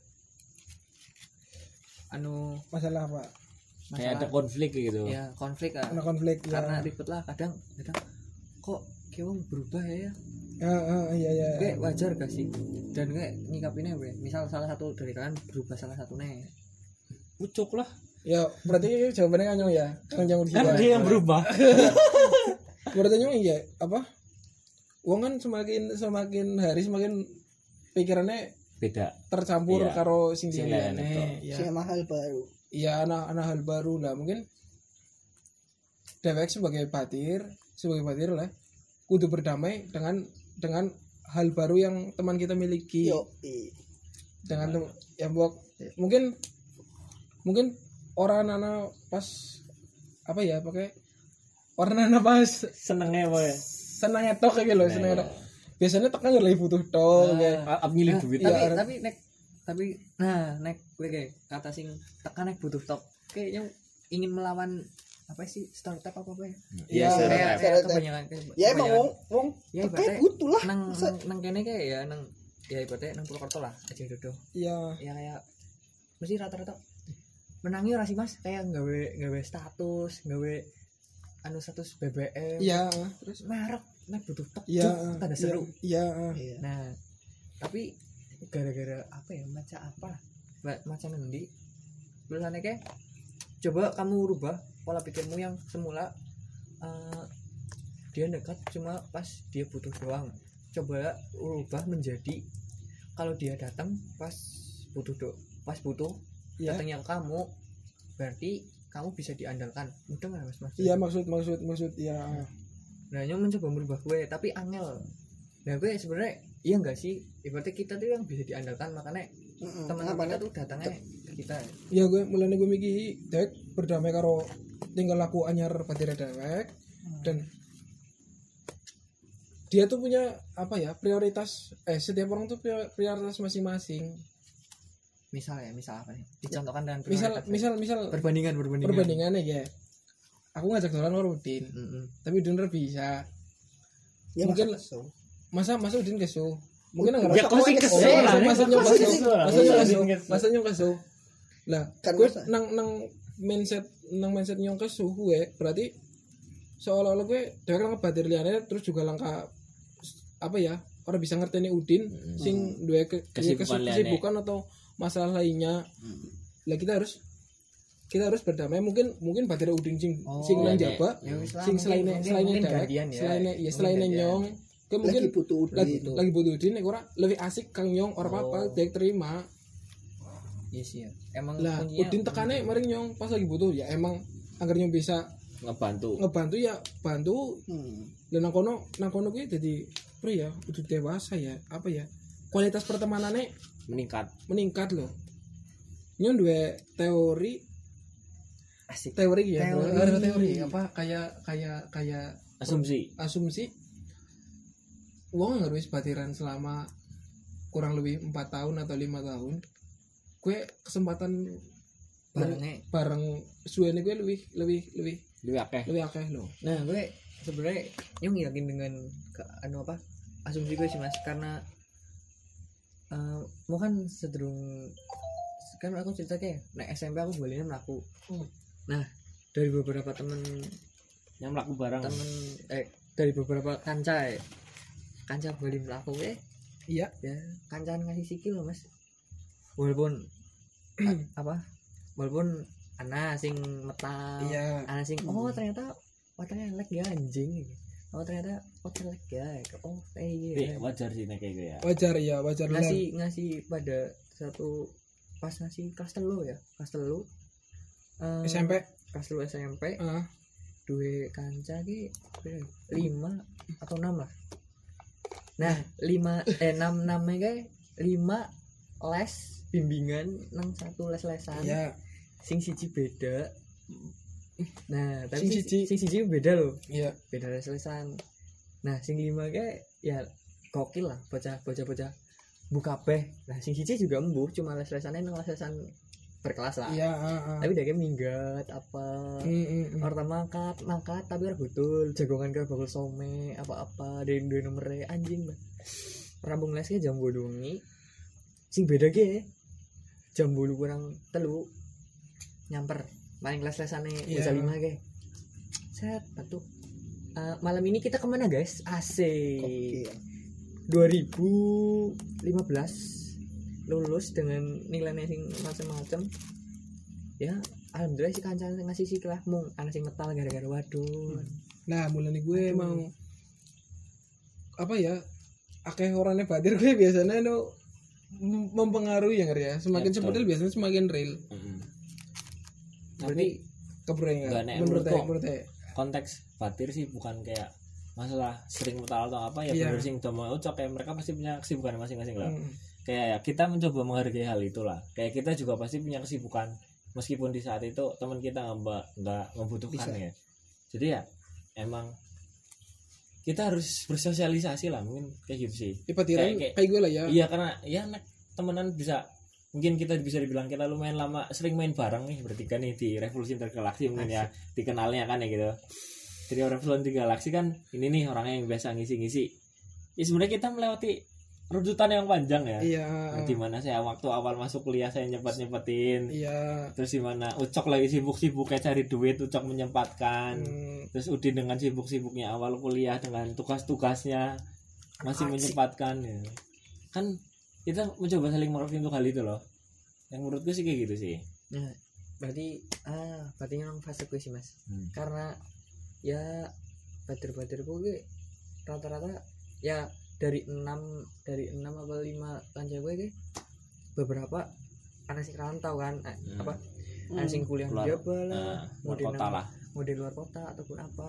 anu masalah apa Kayak ada masalah konflik gitu. ya konflik lah, ada konflik ya karena ribet lah kadang kadang kok kayak wong berubah ya ya ah ah, iya iya kayak wajar gak sih, dan kayak nyikapinnya gue misal salah satu dari kalian berubah salah satunya Ucok lah. ya berarti jawabannya kan Nyong ya kan Nyong di Kan dia yang berubah. berarti Nyong iya apa wong kan semakin semakin hari semakin pikirannya Beda. tercampur Iya. karo sing Sing liyane liyane, ya Sing mahal baru. iya anak-anak hal baru lah mungkin dewek sebagai batir sebagai batir lah kudu berdamai dengan dengan hal baru yang teman kita miliki Yo. i. dengan tem- ya buat mungkin mungkin orang anak pas apa ya pakai orang anak pas Senengnya apa ya? senang etok kayak gitu senang etok biasanya tekan lagi butuh tok kayak Up milih duit. tapi Iya. tapi nek tapi nah nek gue kayak kata sing tekan nek butuh top kayaknya ingin melawan apa sih stereotip apa apa ya Iya, kayak stereotip. kayak kebanyakan kayak Ya emang kebanyakan- wong wong ya kayak ibaratnya butuh lah. nang nang, nang kene kayak ya nang ya ibaratnya nang Purwokerto lah aja dodo iya ya kayak mesti rata-rata menangi ora sih mas kayak nggawe nggawe status nggawe anu status B B M iya terus merek nek butuh tok iya cuk, tanda seru iya Iya. nah tapi gara-gara apa ya maca apa Ma- maca nanti tulisannya kayak coba kamu rubah pola pikirmu yang semula eh, dia dekat cuma pas dia butuh doang, coba rubah menjadi kalau dia datang pas butuh do pas butuh iya datangnya ke kamu berarti kamu bisa diandalkan, udah nggak mas mas iya maksud maksud maksud iya nah nyong mencoba merubah gue tapi angel. Nah gue sebenarnya iya enggak sih, ibaratnya kita tuh yang bisa diandalkan, makanya Heeh. teman-teman kita tuh datangnya ke kita. iya gue mulanya gue mikir dewek berdamai karo tinggal laku anyar batir dewek dan dia tuh punya apa ya prioritas eh setiap orang tuh punya prioritas masing-masing Misal ya, misal apa nih? Dicontohkan dengan misal prioritas. misal misal perbandingan perbandingan. perbandingannya ya aku ngajak jalan karo Udin Mm-mm. tapi Udin ora bisa Ya mungkin- masa kesel. masa masa Udin kesu mungkin enggak Ya kok sih oh, kesel lah. masa nyong Kok sih kesu kesel lah? masa nyong kesu Kesel. masa nyong kesu lah Kan gue masa. nang nang mindset nang mindset nyong kesu gue berarti seolah-olah gue dewek lang batir liyane terus juga langka apa ya orang bisa ngerteni Udin sing duwe ke, duwe Kesibukan kesu- liyane. kesibukan atau masalah lainnya lah kita harus kita harus berdamai mungkin mungkin batir Udin sing Oh, sing nang iya, jaba Ya wis lah, sing mungkin- selainnya mungkin- selainnya mungkin dewek gantian ya. selainnya ya Mungkin selainnya gantian. nyong ke mungkin Lagi butuh lagi Udin. lagi butuh Udin nek ora lebih asik kang nyong ora Oh. apa-apa dek terima Iya sih ya. Emang lah kuncinya- Udin tekane mari nyong pas lagi butuh ya emang agar nyong bisa Ngebantu. ngebantu ya bantu Hmm. dan nang kono nang kono kuwi dadi pri ya udah dewasa ya apa ya kualitas pertemanannya Meningkat. meningkat loh nyong duwe teori asik. teori ya Teori. teori, teori apa kayak kayak kayak Asumsi. asumsi uang harus batiran selama kurang lebih empat tahun atau lima tahun gue kesempatan Barangnya. bareng suene gue lebih lebih lebih Duit akeh. lebih akeh loh Nah gue sebenarnya nyong yakin dengan ke, anu apa asumsi gue sih mas, karena eh mau kan cenderung kan aku cerita kayak naik S M P aku bolehnya melaku. Hmm. Nah dari beberapa temen Yang melaku barang. temen eh dari beberapa kanca ya, kanca boleh melaku eh iya ya kancaan ngasih sikil loh mas, walaupun a- apa walaupun anak sing metang iya anak sing oh ternyata watangnya elek ya anjing, oh ternyata otak elek ya oh eh Tapi iya wajar sih nek kayak gitu ya. wajar ya wajar lah ngasih ngasih pada satu pas ngasih kelas telu ya kelas telu eh, S M P kelas telu S M P ah duwe kanca ki lima atau enam lah. Nah, lima eh enam enam kae lima les bimbingan nang satu les-lesan. Iya. Sing siji beda. Nah, tapi Sing sing siji- sing siji beda loh. Iya. Beda les-lesan. Nah, sing lima kae ya gokil lah bocah bocah bocah buka kabeh. Nah, sing siji juga embuh cuma les-lesane nang les-lesan berkelas lah. Iya, heeh. Tapi dia kayak minggat apa Heeh. orang mangkat mangkat tapi ora betul jagongan karo bakul some apa-apa dari dua nomere anjing Mbak. Rambung lesnya jam dua wengi sing beda ge jam dua kurang telu nyamper paling les-lesane Iya. bocah lima ge set batu. Eh, malam ini kita kemana guys? Asik. Oke. dua ribu lima belas lulus dengan nilainya sing macam-macam ya alhamdulillah sih kancane sing ngasih sih lah mung ana sing metal gara-gara wadon. Nah, mulane gue Aduh. mau apa ya? Akeh orangnya badir gue biasanya no mem- mempengaruhi ya nggak ya. Semakin Ya, betul. cepat biasanya semakin real. Mm-mm. Berarti Tapi Keberengan. Nggak, nek, Menurut menurut saya, kok. menurut saya. konteks batir sih bukan kayak masalah sering metal atau apa ya, Iya. bener sing udah mau ucap kayak mereka pasti punya kesibukan masing-masing lah. Mm. Kayak ya, kita mencoba menghargai hal itulah. Kayak kita juga pasti punya kesibukan meskipun di saat itu teman kita nggak nggak membutuhkan Bisa. ya. Jadi ya emang kita harus bersosialisasi lah, mungkin kayak gitu sih. Ya, badiran Kayak- kayak- kayak gue lah ya. Iya, karena ya nek temenan bisa, mungkin kita bisa dibilang kita lumayan lama sering main bareng nih bertiga nih di Revolusi Intergalaksi mungkin ya dikenalnya kan ya gitu. Jadi Revolusi Intergalaksi kan ini nih orangnya yang biasa ngisi-ngisi. Ya sebenarnya kita melewati rujutan yang panjang ya. Iya. Nah, di mana saya waktu awal masuk kuliah saya nyempet-nyempetin. Iya. Terus di mana Ucok lagi sibuk-sibuk kayak cari duit, Ucok menyempatkan. Hmm. Terus Udin dengan sibuk-sibuknya awal kuliah dengan tugas-tugasnya masih Apaan sih? menyempatkan ya. Kan kita mencoba saling mengerti untuk hal itu loh. Yang menurutku sih kayak gitu sih. nah berarti ah berarti nang fase gue sih Mas. Hmm. Karena ya badir-badirku gue rata-rata ya dari enam dari enam apa lima kanca gue ge beberapa anak sing rantau kan eh, Hmm. apa anak sing kuliah di Keluar, Jawa lah Nah, mau luar di kota nang- lah. mau di luar kota ataupun apa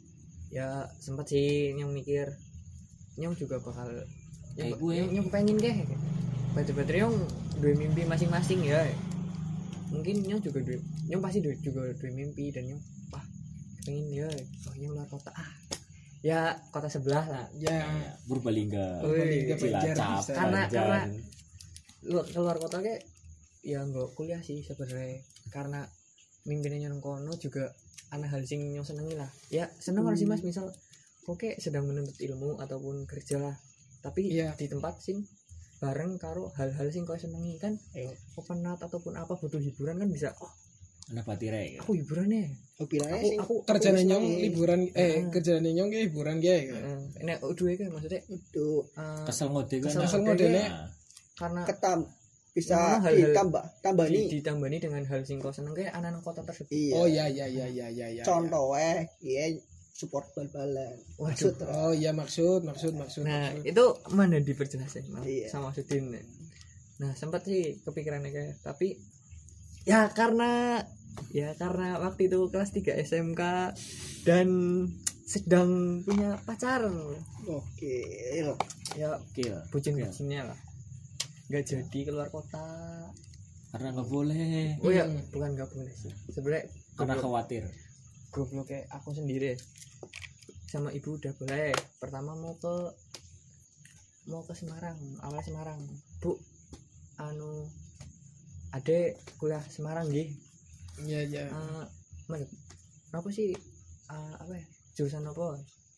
ya sempat sih nyong mikir nyong juga bakal Kayak nyong, gue. nyong, nyong pengen deh badir-badir nyong dua mimpi masing-masing ya mungkin nyong juga dua nyong pasti dua, juga dua mimpi dan nyong wah pengen ya oh nyong luar kota ah ya kota sebelah lah Ya. Ya, Purbalingga, Wih, Purbalingga, Banjar Cilacap, bisa. Karena- Banjar. karena- luar keluar kota kayak ya nggak kuliah sih sebenarnya karena mimpinnya nyong kono juga ana hal sing nyong senengi lah ya seneng harus sih Mas misal oke sedang menuntut ilmu ataupun kerja lah tapi Iya. di tempat sing bareng karo hal-hal sing kau senengi kan open night ataupun apa butuh hiburan kan bisa oh Anak batire. aku hiburan nih Hobinya aku sing aku Kerjaan aku nyong seneng. liburan eh Ah. kerjaan nyong kayak hiburan kayak. ini udah kan maksudnya Aduh, eh, Kesel ngode kan. Kesel Kesel ngode. ngode. Nah, karena ketam bisa Yang mana hal-hal ditambah tambah di, nih. ditambani dengan hal sing kau seneng kayak anak-anak kota tersebut Iya. Oh iya iya iya iya iya. iya. Contoh eh, iya support bal-balan. Waduh. Maksud, Oh iya maksud maksud maksud. Nah maksud. itu mana diperjelasin Mas, Iya. sama Sudin. Nah sempat sih kepikirannya kayak tapi ya karena ya karena waktu itu kelas tiga S M K dan sedang punya pacar Oke. ya kill. bucin-bucinnya lah nggak jadi keluar kota. Karena nggak boleh. Oh ya Hmm. bukan nggak boleh sih sebenarnya Karena goblok, khawatir. goblok kayak aku sendiri sama ibu udah boleh pertama mau ke mau ke Semarang awal Semarang bu anu adek kuliah Semarang nggih Iya iya. eh mana apa sih eh, apa ya jurusan apa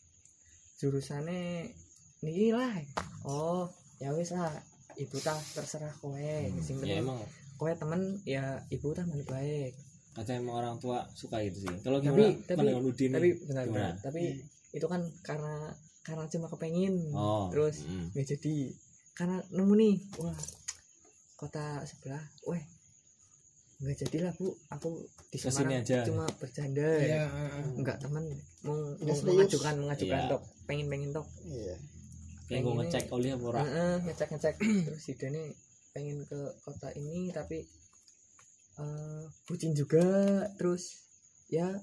jurusannya niki lah oh ya wis lah ibu tah terserah kowe sing Ya penting emang kowe temen ya ibu tah mandi baik kata emang orang tua suka itu sih. Kalau Tapi- gimana? tapi- Pandangan Udin tapi nih? benar Gimana? benar tapi itu kan karena karena cuma kepengin Oh. terus mm. nggak jadi karena nemu nih wah kota sebelah weh nggak jadilah bu aku di Kesini Semarang aja. cuma bercanda Iya. heeh. nggak teman mau, Nggak mau serius. mengajukan mengajukan Iya. tok pengen pengen tok Iya. Kayak gue Pengennya- ngecek oli apa ora. Heeh, ngecek ngecek terus si Dene pengen ke kota ini tapi eh bucin juga terus ya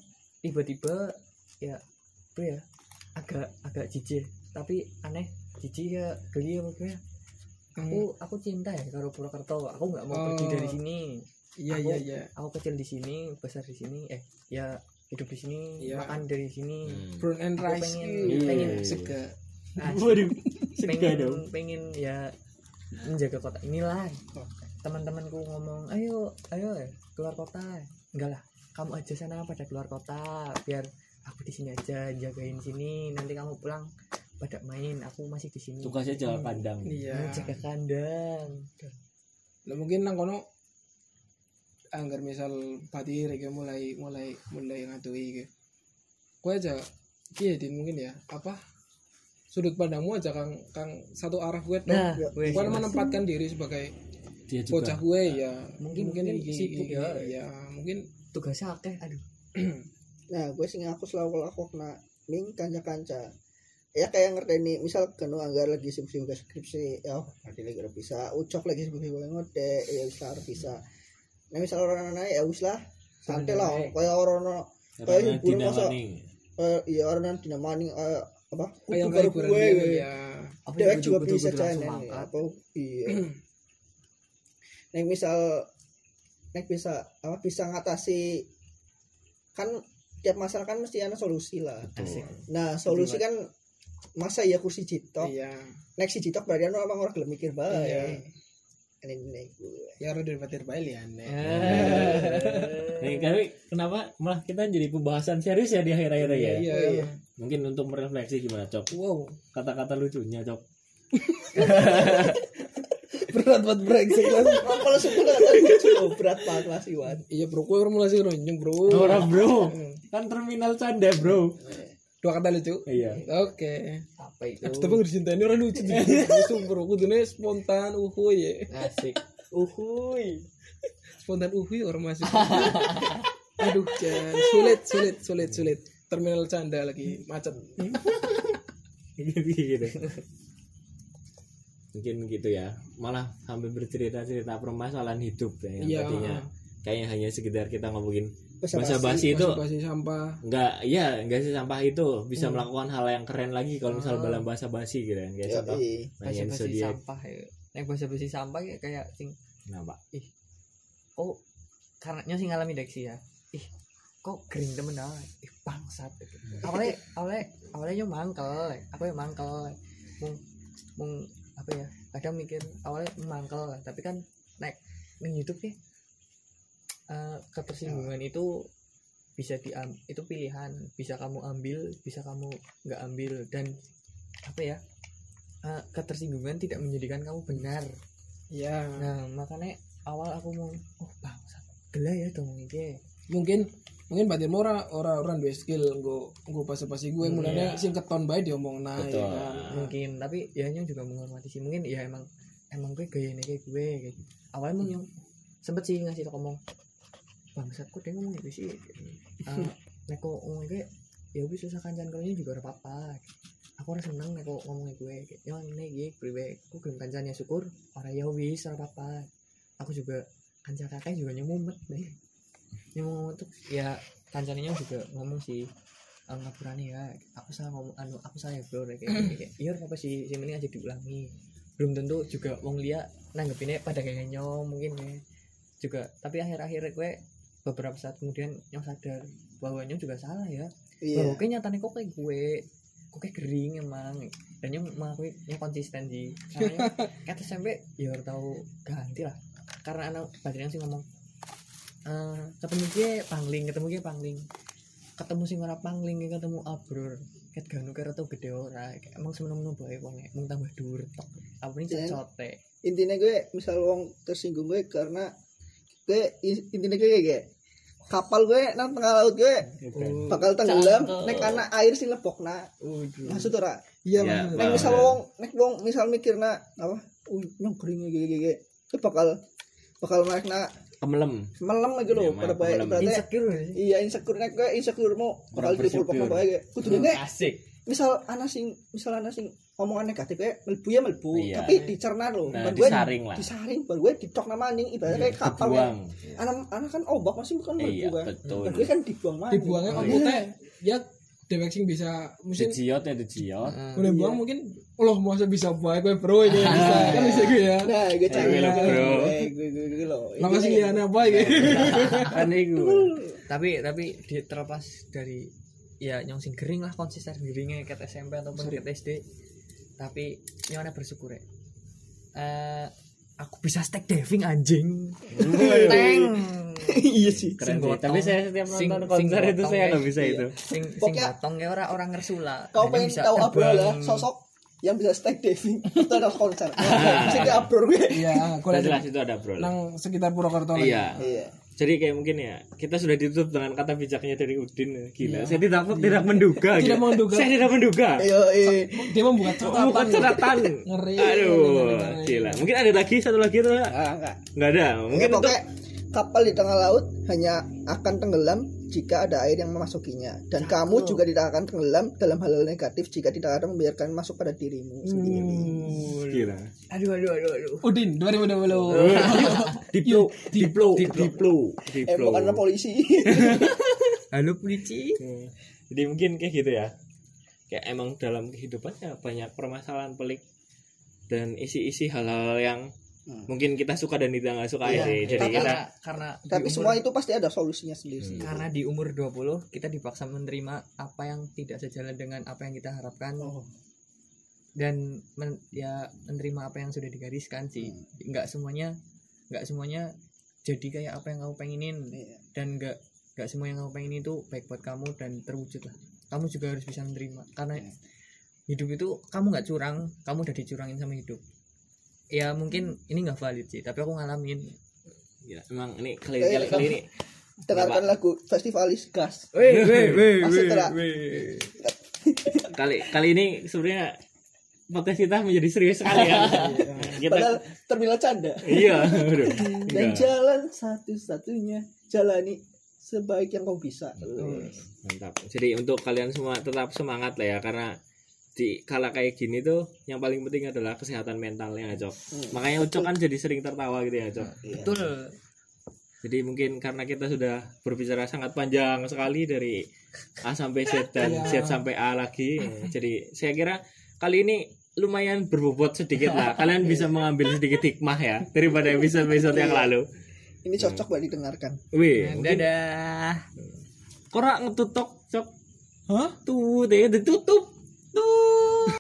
tiba-tiba ya apa ya agak agak jijik tapi aneh jijik ya geli apa gue aku aku cinta ya karo Purwokerto aku nggak mau Oh. pergi dari sini Iya Aku- iya iya. aku kecil di sini besar di sini eh ya hidup di sini Iya. makan dari sini Hmm. Brown and Aku rice. pengen- Iya. pengen Sega. Nah, Waduh. pengen pengen ya menjaga kota inilah teman-temanku ngomong ayo ayo ya, keluar kota enggak lah kamu aja sana pada keluar kota biar aku di sini aja jagain sini nanti kamu pulang pada main aku masih di sini Tugasnya jaga kandang. Iya. Nah, jaga kandang Lah mungkin nang kono anggar misal pati rek mulai mulai mulai ngadui iki. Kowe aja piye Din mungkin ya? Apa sudut pandangmu aja Kang Kang satu arah gue dong. nah Ya, wes, Kowe Mas. menempatkan diri sebagai Dia juga. bocah gue ya. Mungkin- mungkin mungkin iki- sibuk iki- ya. ya mungkin tugasnya akeh aduh Nah, gue sing aku selalu lakokna ning kanca-kanca. Ya kayak ngerteni misal kenu anggar lagi sibuk-sibuk skripsi, ya berarti lagi ora bisa, ucok lagi sibuk-sibuk ngode, ya wis lah ora bisa. Nah, misal orang anak ya wis lah, santai lah, Santai. kayak orang kayak Karena hiburan masa dinamani. kayak iya orang dinamani kayak apa? kayak Kudu karo hiburan gue, gitu, gue. ya. apa Dewek kudu- juga kudu- bisa kudu langsung channel mangkat. apa iya. Nek misal nek bisa apa bisa ngatasi kan tiap masalah kan mesti ada solusi lah. Asik. Nah, solusi kan masa ya kursi jitok. Iya. Nek si jitok berarti anu emang orang gelem mikir Iya. bae. Ini ini gue. Ya ora daripada bae ya aneh. Nih, tapi kenapa malah kita jadi pembahasan serius ya di akhir-akhir ya? Iya. iya. Mungkin untuk merefleksi gimana, Cok? Wow. Kata-kata lucunya, Cok. Berat buat brengsek lah. Oh, kalau suku kan lucu loh, berat banget Mas Iwan. Iya bro, kowe formulasi ronjong bro. Ora, Bro. Kan terminal canda, Bro. Dua kata lucu. Iya. Oke. apa itu Tapi nggak dicintain orang lucu lucu bro. Kudune spontan uhuy ya. asik uhuy Spontan uhuy orang masih. Aduh, Jan. Sulit, sulit, sulit, sulit. Terminal canda lagi macet. gitu. Mungkin gitu ya. Malah sampai bercerita-cerita permasalahan hidup ya, yang Iya. tadinya kayaknya hanya sekedar kita ngomongin Basa-basi. basa-basi itu Basi sampah. enggak, iya, enggak sih sampah itu bisa Hmm. melakukan hal yang keren lagi kalau misal Ah. dalam basa-basi gitu kan. Kayak Ya, contoh iya. nanyain basa-basi zodiak. sampah ya nek basa-basi sampah ya kayak sing Kenapa? oh karena sing ngalami deksi ya ih kok kering temen ah ih bangsat awalnya awalnya awalnya yo mangkel aku yang mangkel mung mung apa ya kadang mikir awalnya mangkel tapi kan naik ning YouTube ya eh, ketersinggungan itu bisa diam itu pilihan bisa kamu ambil bisa kamu nggak ambil dan apa ya eh, ketersinggungan tidak menjadikan kamu benar. Ya. Nah makanya awal aku mau oh bangsat gila ya dong iki Mungkin mungkin batin ora ora orang dua skill nggo nggo basa-basi gue Hmm, mulane iya. sing keton bae diomong nah Betul. ya kan. mungkin tapi ya nyong juga menghormati sih mungkin ya emang emang gue gaya kayak gue kayak gitu. Awalnya mau nyong sempet sih ngasih tau ngomong bangsat kok dia ngomong gitu sih uh, neko ngomong gue ya wis susah kancan kalau juga ora apa-apa aku ora seneng neko ngomong gue kayak yo ini gue priwe aku gelem kancan ya syukur ora ya wis ora apa-apa aku juga kancan kakek juga nyemumet deh nyemumet tuh ya kancannya juga ngomong sih uh, ngapurane ya aku salah ngomong anu aku salah ya bro kayak kayak kayak iya apa sih yang penting aja diulangi belum tentu juga wong liya nanggepinnya pada kayak nyong mungkin ya juga tapi akhir-akhir gue beberapa saat kemudian nyong sadar bahwa nyong juga salah ya Iya. bahwa kayak nyatanya kok kayak gue kok kayak kering emang dan nyong mengakui nyong konsisten sih karena kata sampai ya harus tahu ganti lah karena anak badannya sih ngomong eh ketemu dia pangling ketemu dia pangling ketemu sing ora pangling ketemu abrur ket ganu karo tau gede ora emang semenu-menu bae wong mung tambah dhuwur tok apa ini Jen. cocote Intinya gue misal wong tersinggung gue karena gue in- intinya gue kayak kapal gue nang tengah laut gue bakal tenggelam Cangkel. nek karena air sing lebokna. Waduh. Maksud ora? Iya, Ya, maksud- Nek Paham, misal ya. wong nek wong misal mikirna apa? Oh, nyong kering gini-gini. Itu bakal bakal makna Kemelem. melem aja Iya, loh malah pada bae melem. berarti Insecure sih iya insecure nek gue insecure mau bakal Kurang dipulpok bersyukur. bae gue. Kudune gue asik misal ana sing misal ana sing omongan negatif kayak mlebu ya mlebu, Iya. tapi dicerna loh. Nah, Baru gue disaring lah. Disaring baru gue ditok nama ning ibaratnya kayak kapal Dibuang. kayak. Anak anak kan ombak masih bukan mlebu Iya, kan. betul. Baru gue kan dibuang mana. Dibuangnya Oh, kamu teh ya dewek sing bisa mungkin Dijiot ya dijiot. udah buang mungkin Allah masa bisa baik gue bro ini bisa kan bisa gue ya. Nah, gue cari Gue lo, bro. Eh, gue gue gue lo. Lama sih liane apa ya. Kan iku. Tapi tapi di terlepas dari ya nyong sing gering lah konsisten geringnya ket S M P ataupun ket S D. Tapi nyong ana bersyukur ya. Eh aku bisa stack diving anjing. Teng. Iya sih. Keren Sing sih. gotong. Tapi saya setiap Sing- nonton sing konser itu gotong saya ya. nggak bisa itu. Sing sing Pokoknya- gotong ya ora orang ngersula. Kau Hanya pengen bisa tahu apa terbang. lah sosok yang bisa stack diving itu adalah konser. Bisa di upload gue. Iya, aku Udah lihat jelas itu ada bro. nang sekitar Purwokerto lagi. Iya. Iya. Jadi kayak mungkin ya kita sudah ditutup dengan kata bijaknya dari Udin. Gila. Saya tidak tidak menduga. Tidak gila. menduga. Saya tidak menduga. Ayo, eh. Dia membuat catatan. Bukan catatan. Ngeri. Aduh, Ngeri, ngeri. gila. Mungkin ada lagi satu lagi tuh. Ah, enggak. Enggak ada. Mungkin Mungkin untuk pokoknya kapal di tengah laut hanya akan tenggelam jika ada air yang memasukinya dan kamu juga tidak akan tenggelam dalam hal-hal negatif jika tidak ada membiarkan masuk pada dirimu sendiri. gila. Aduh aduh aduh aduh. Udin dua ribu dua puluh. Diplo, diplo, diplo, Eh diplo. bukan polisi. Halo polisi. Hmm. Jadi mungkin kayak gitu ya. Kayak emang dalam kehidupannya banyak permasalahan pelik dan isi-isi hal-hal yang Hmm. mungkin kita suka dan tidak nggak suka Iya, aja. Jadi tapi- kita karena karena Tapi di semua umur, itu pasti ada solusinya sendiri. sih. karena di umur dua puluh kita dipaksa menerima apa yang tidak sejalan dengan apa yang kita harapkan. Oh. Dan men- ya menerima apa yang sudah digariskan sih. Nggak semuanya nggak semuanya jadi kayak apa yang kamu pengenin, Iya. dan nggak nggak semua yang kamu pengen itu baik buat kamu dan terwujud lah. Kamu juga harus bisa menerima karena hidup itu kamu nggak curang, kamu udah dicurangin sama hidup. Ya mungkin ini nggak valid sih, tapi aku ngalamin. gila, emang ini kali Eh, kali, kali ini Dengarkan lagu Festivalis Gas. Weh weh weh Masuk terak. kali kali ini sebenarnya podcast kita menjadi serius sekali ya. kita Padahal terminal canda. iya, aduh. Dan Enggak. jalan satu-satunya jalani sebaik yang kau bisa. Mantap. Jadi untuk kalian semua tetap semangat lah ya, karena di kala kayak gini tuh yang paling penting adalah kesehatan mentalnya, Cok. Hmm. Makanya Ucok kan jadi sering tertawa gitu ya, Cok. Betul. Jadi mungkin karena kita sudah berbicara sangat panjang sekali dari A sampai Z dan Z sampai A lagi. Jadi saya kira kali ini lumayan berbobot sedikit lah. Kalian bisa mengambil sedikit hikmah ya daripada episode-episode yang lalu. Ini cocok buat didengarkan. Wih, mungkin Dadah. korak ngetutok, Cok. Hah? Tuh, deh ditutup. Tuh.